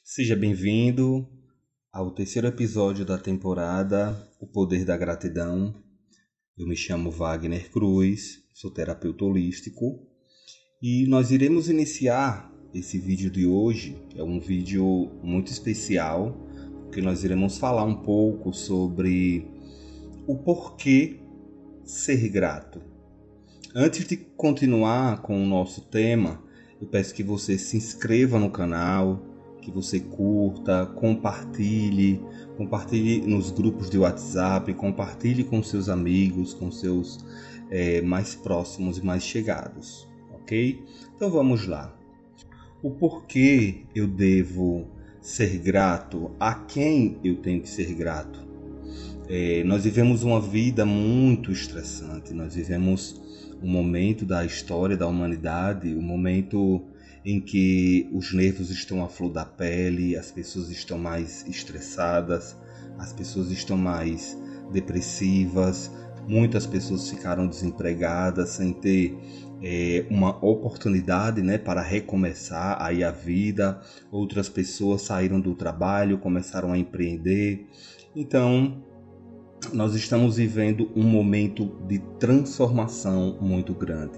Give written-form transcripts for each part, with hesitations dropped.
Seja bem-vindo ao terceiro episódio da temporada O Poder da Gratidão. Eu me chamo Wagner Cruz, sou terapeuta holístico e nós iremos iniciar esse vídeo de hoje. É um vídeo muito especial, porque nós iremos falar um pouco sobre o porquê ser grato. Antes de continuar com o nosso tema, eu peço que você se inscreva no canal, que você curta, compartilhe nos grupos de WhatsApp, compartilhe com seus amigos, com seus mais próximos e mais chegados, ok? Então vamos lá. O porquê eu devo ser grato? A quem eu tenho que ser grato? Nós vivemos uma vida muito estressante, nós vivemos um momento da história da humanidade, um momento em que os nervos estão à flor da pele, as pessoas estão mais estressadas, as pessoas estão mais depressivas, muitas pessoas ficaram desempregadas sem ter uma oportunidade, para recomeçar aí a vida, outras pessoas saíram do trabalho, começaram a empreender. Então, nós estamos vivendo um momento de transformação muito grande.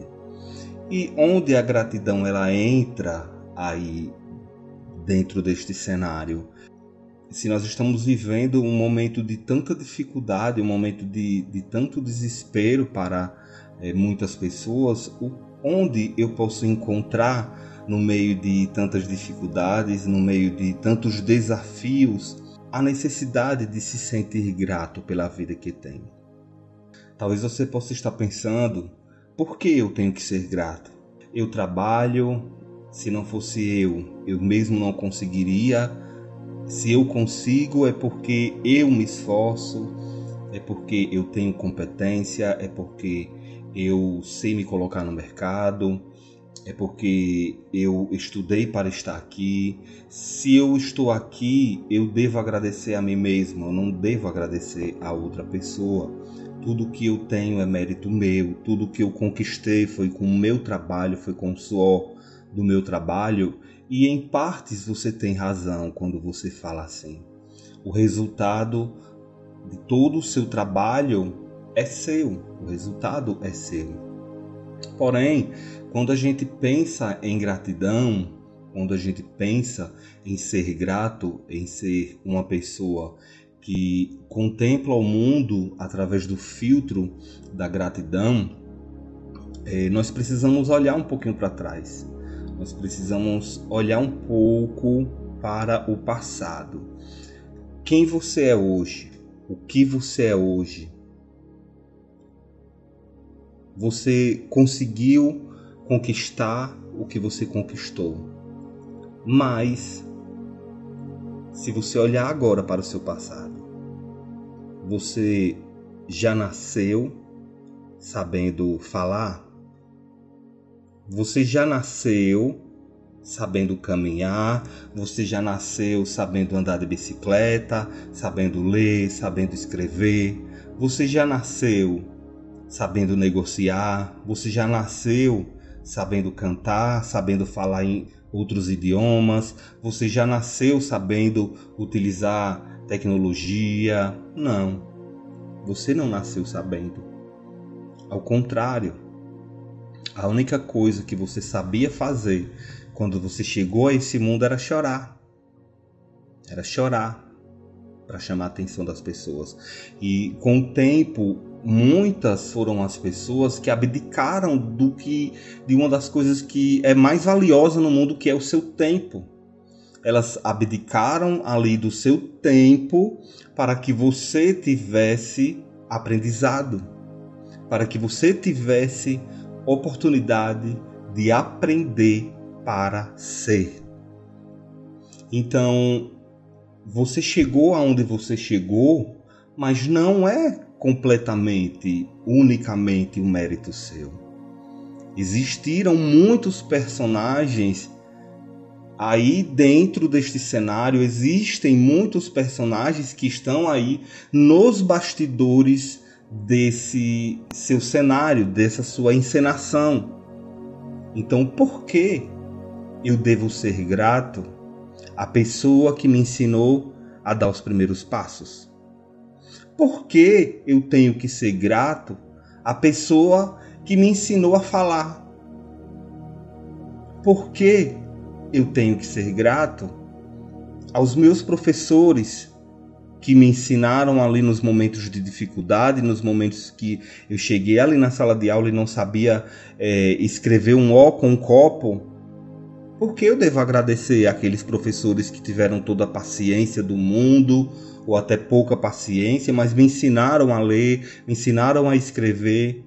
E onde a gratidão ela entra aí dentro deste cenário? Se nós estamos vivendo um momento de tanta dificuldade, um momento de tanto desespero para muitas pessoas, onde eu posso encontrar no meio de tantas dificuldades, no meio de tantos desafios, a necessidade de se sentir grato pela vida que tem? Talvez você possa estar pensando: por que eu tenho que ser grato? Eu trabalho, se não fosse eu mesmo não conseguiria. Se eu consigo é porque eu me esforço, é porque eu tenho competência, é porque eu sei me colocar no mercado, é porque eu estudei para estar aqui. Se eu estou aqui, eu devo agradecer a mim mesmo, eu não devo agradecer a outra pessoa. Tudo que eu tenho é mérito meu, tudo que eu conquistei foi com o meu trabalho, foi com o suor do meu trabalho. E em partes você tem razão quando você fala assim. O resultado de todo o seu trabalho é seu, o resultado é seu. Porém, quando a gente pensa em gratidão, quando a gente pensa em ser grato, em ser uma pessoa que contempla o mundo através do filtro da gratidão, nós precisamos olhar um pouquinho para trás. Nós precisamos olhar um pouco para o passado. Quem você é hoje? O que você é hoje? Você conseguiu conquistar o que você conquistou. Mas, se você olhar agora para o seu passado, você já nasceu sabendo falar? Você já nasceu sabendo caminhar? Você já nasceu sabendo andar de bicicleta, sabendo ler, sabendo escrever? Você já nasceu sabendo negociar? Você já nasceu sabendo cantar, sabendo falar em outros idiomas? Você já nasceu sabendo utilizar tecnologia? Não, você não nasceu sabendo. Ao contrário, a única coisa que você sabia fazer quando você chegou a esse mundo era chorar. Era chorar para chamar a atenção das pessoas. E com o tempo, muitas foram as pessoas que abdicaram de uma das coisas que é mais valiosa no mundo, que é o seu tempo. Elas abdicaram ali do seu tempo para que você tivesse aprendizado, para que você tivesse oportunidade de aprender para ser. Então, você chegou aonde você chegou, mas não é completamente, unicamente um mérito seu. Existiram muitos personagens aí dentro deste cenário, existem muitos personagens que estão aí nos bastidores desse seu cenário, dessa sua encenação. Então, por que eu devo ser grato? a pessoa que me ensinou a dar os primeiros passos? Por que eu tenho que ser grato à pessoa que me ensinou a falar? Por que eu tenho que ser grato aos meus professores que me ensinaram ali nos momentos de dificuldade, nos momentos que eu cheguei ali na sala de aula e não sabia escrever um O com um copo? Por que eu devo agradecer àqueles professores que tiveram toda a paciência do mundo, ou até pouca paciência, mas me ensinaram a ler, me ensinaram a escrever?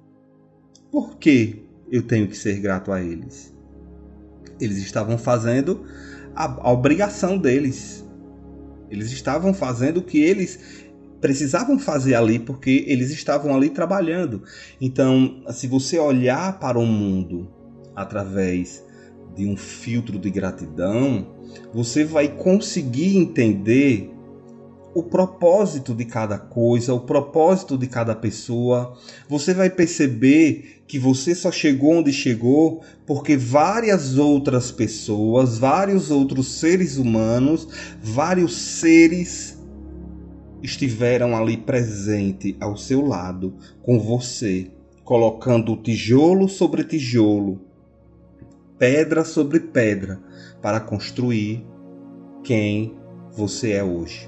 Por que eu tenho que ser grato a eles? Eles estavam fazendo a obrigação deles. Eles estavam fazendo o que eles precisavam fazer ali, porque eles estavam ali trabalhando. Então, se você olhar para o mundo através de um filtro de gratidão, você vai conseguir entender o propósito de cada coisa, o propósito de cada pessoa. Você vai perceber que você só chegou onde chegou porque várias outras pessoas, vários outros seres humanos, vários seres estiveram ali presente ao seu lado, com você, colocando tijolo sobre tijolo, pedra sobre pedra, para construir quem você é hoje.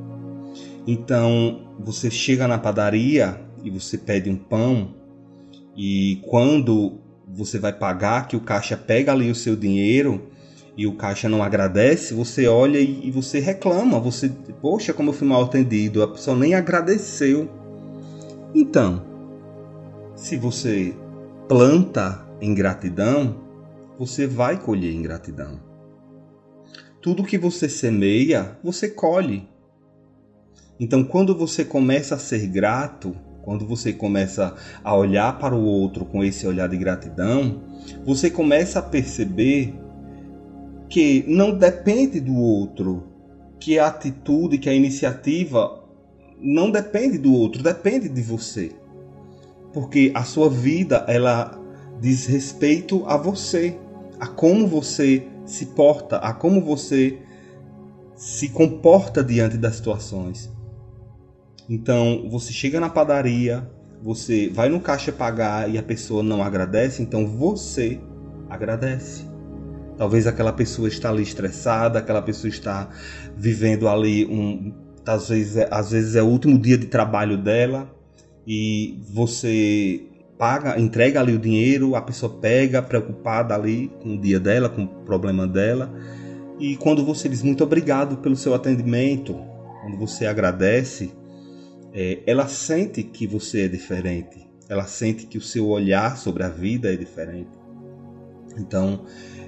Então, você chega na padaria e você pede um pão, e quando você vai pagar, que o caixa pega ali o seu dinheiro e o caixa não agradece, você olha e você reclama. Você, poxa, como eu fui mal atendido, a pessoa nem agradeceu. Então, se você planta em gratidão, você vai colher em gratidão. Tudo que você semeia, você colhe. Então, quando você começa a ser grato, quando você começa a olhar para o outro com esse olhar de gratidão, você começa a perceber que não depende do outro, que a atitude, que a iniciativa não depende do outro, depende de você. Porque a sua vida, ela diz respeito a você, a como você se porta, a como você se comporta diante das situações. Então, você chega na padaria, você vai no caixa pagar e a pessoa não agradece, então você agradece. Talvez aquela pessoa está ali estressada, aquela pessoa está vivendo ali às vezes é o último dia de trabalho dela, e você paga, entrega ali o dinheiro, a pessoa pega, preocupada ali com o dia dela, com o problema dela, e quando você diz muito obrigado pelo seu atendimento, quando você agradece, ela sente que você é diferente, ela sente que o seu olhar sobre a vida é diferente. Então,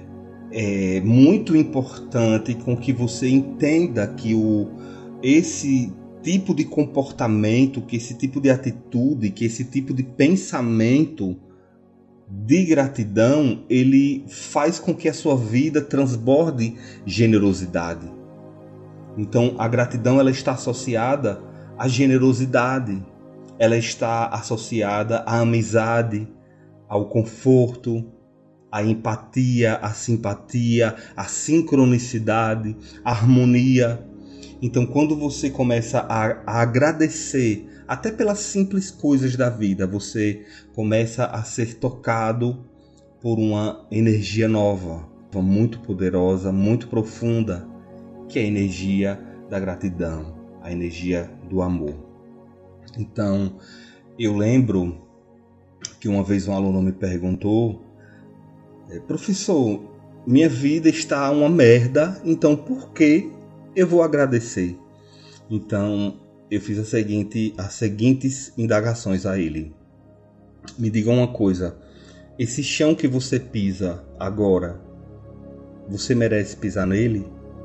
é muito importante com que você entenda que esse tipo de comportamento, que esse tipo de atitude, que esse tipo de pensamento de gratidão, ele faz com que a sua vida transborde generosidade. Então, a gratidão, ela está associada à generosidade, ela está associada à amizade, ao conforto, à empatia, à simpatia, à sincronicidade, à harmonia. Então, quando você começa a agradecer, até pelas simples coisas da vida, você começa a ser tocado por uma energia nova, muito poderosa, muito profunda, que é a energia da gratidão, a energia do amor. Então, eu lembro que uma vez um aluno me perguntou: professor, minha vida está uma merda, então por que eu vou agradecer? Então, eu fiz as seguintes indagações a ele. Me diga uma coisa, esse chão que você pisa agora, você merece pisar nele?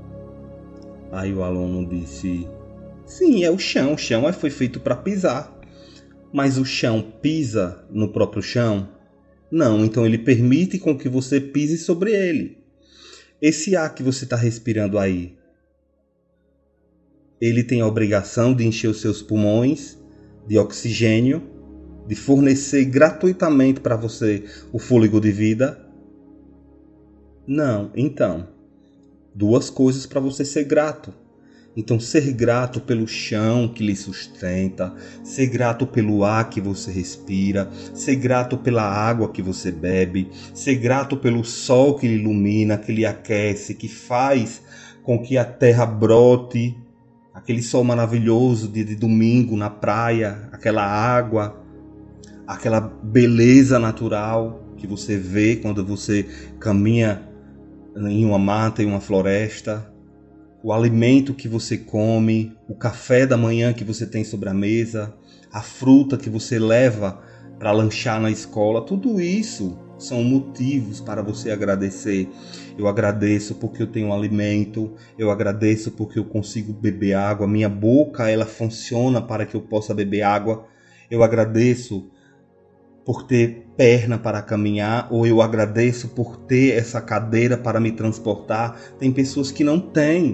Aí o aluno disse: sim, é o chão foi feito para pisar. Mas o chão pisa no próprio chão? Não, então ele permite com que você pise sobre ele. Esse ar que você está respirando aí, ele tem a obrigação de encher os seus pulmões de oxigênio, de fornecer gratuitamente para você o fôlego de vida? Não, então, 2 coisas para você ser grato. Então, ser grato pelo chão que lhe sustenta, ser grato pelo ar que você respira, ser grato pela água que você bebe, ser grato pelo sol que lhe ilumina, que lhe aquece, que faz com que a terra brote, aquele sol maravilhoso de domingo na praia, aquela água, aquela beleza natural que você vê quando você caminha em uma mata, em uma floresta, o alimento que você come, o café da manhã que você tem sobre a mesa, a fruta que você leva para lanchar na escola, tudo isso são motivos para você agradecer. Eu agradeço porque eu tenho alimento, eu agradeço porque eu consigo beber água, minha boca ela funciona para que eu possa beber água, eu agradeço por ter perna para caminhar, ou eu agradeço por ter essa cadeira para me transportar. Tem pessoas que não têm.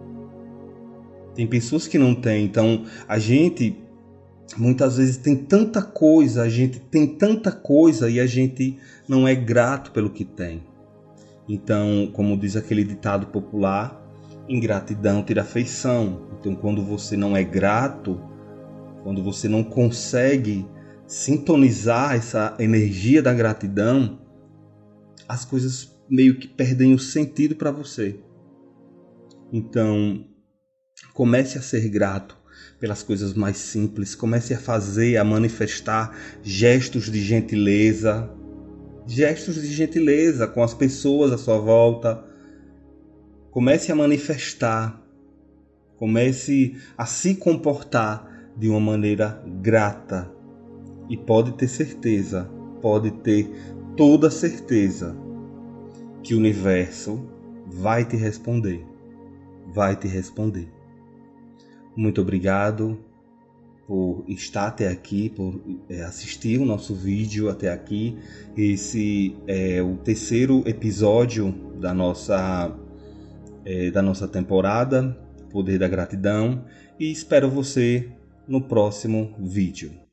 Então a gente muitas vezes tem tanta coisa, e a gente não é grato pelo que tem. Então, como diz aquele ditado popular, ingratidão tira afeição. Então, quando você não é grato, quando você não consegue sintonizar essa energia da gratidão, as coisas meio que perdem o sentido para você. Então, comece a ser grato pelas coisas mais simples, comece a fazer, a manifestar gestos de gentileza com as pessoas à sua volta. Comece a manifestar, comece a se comportar de uma maneira grata. E pode ter toda certeza que o universo vai te responder. Muito obrigado por estar até aqui, por assistir o nosso vídeo até aqui. Esse é o 3º episódio da nossa temporada, Poder da Gratidão, e espero você no próximo vídeo.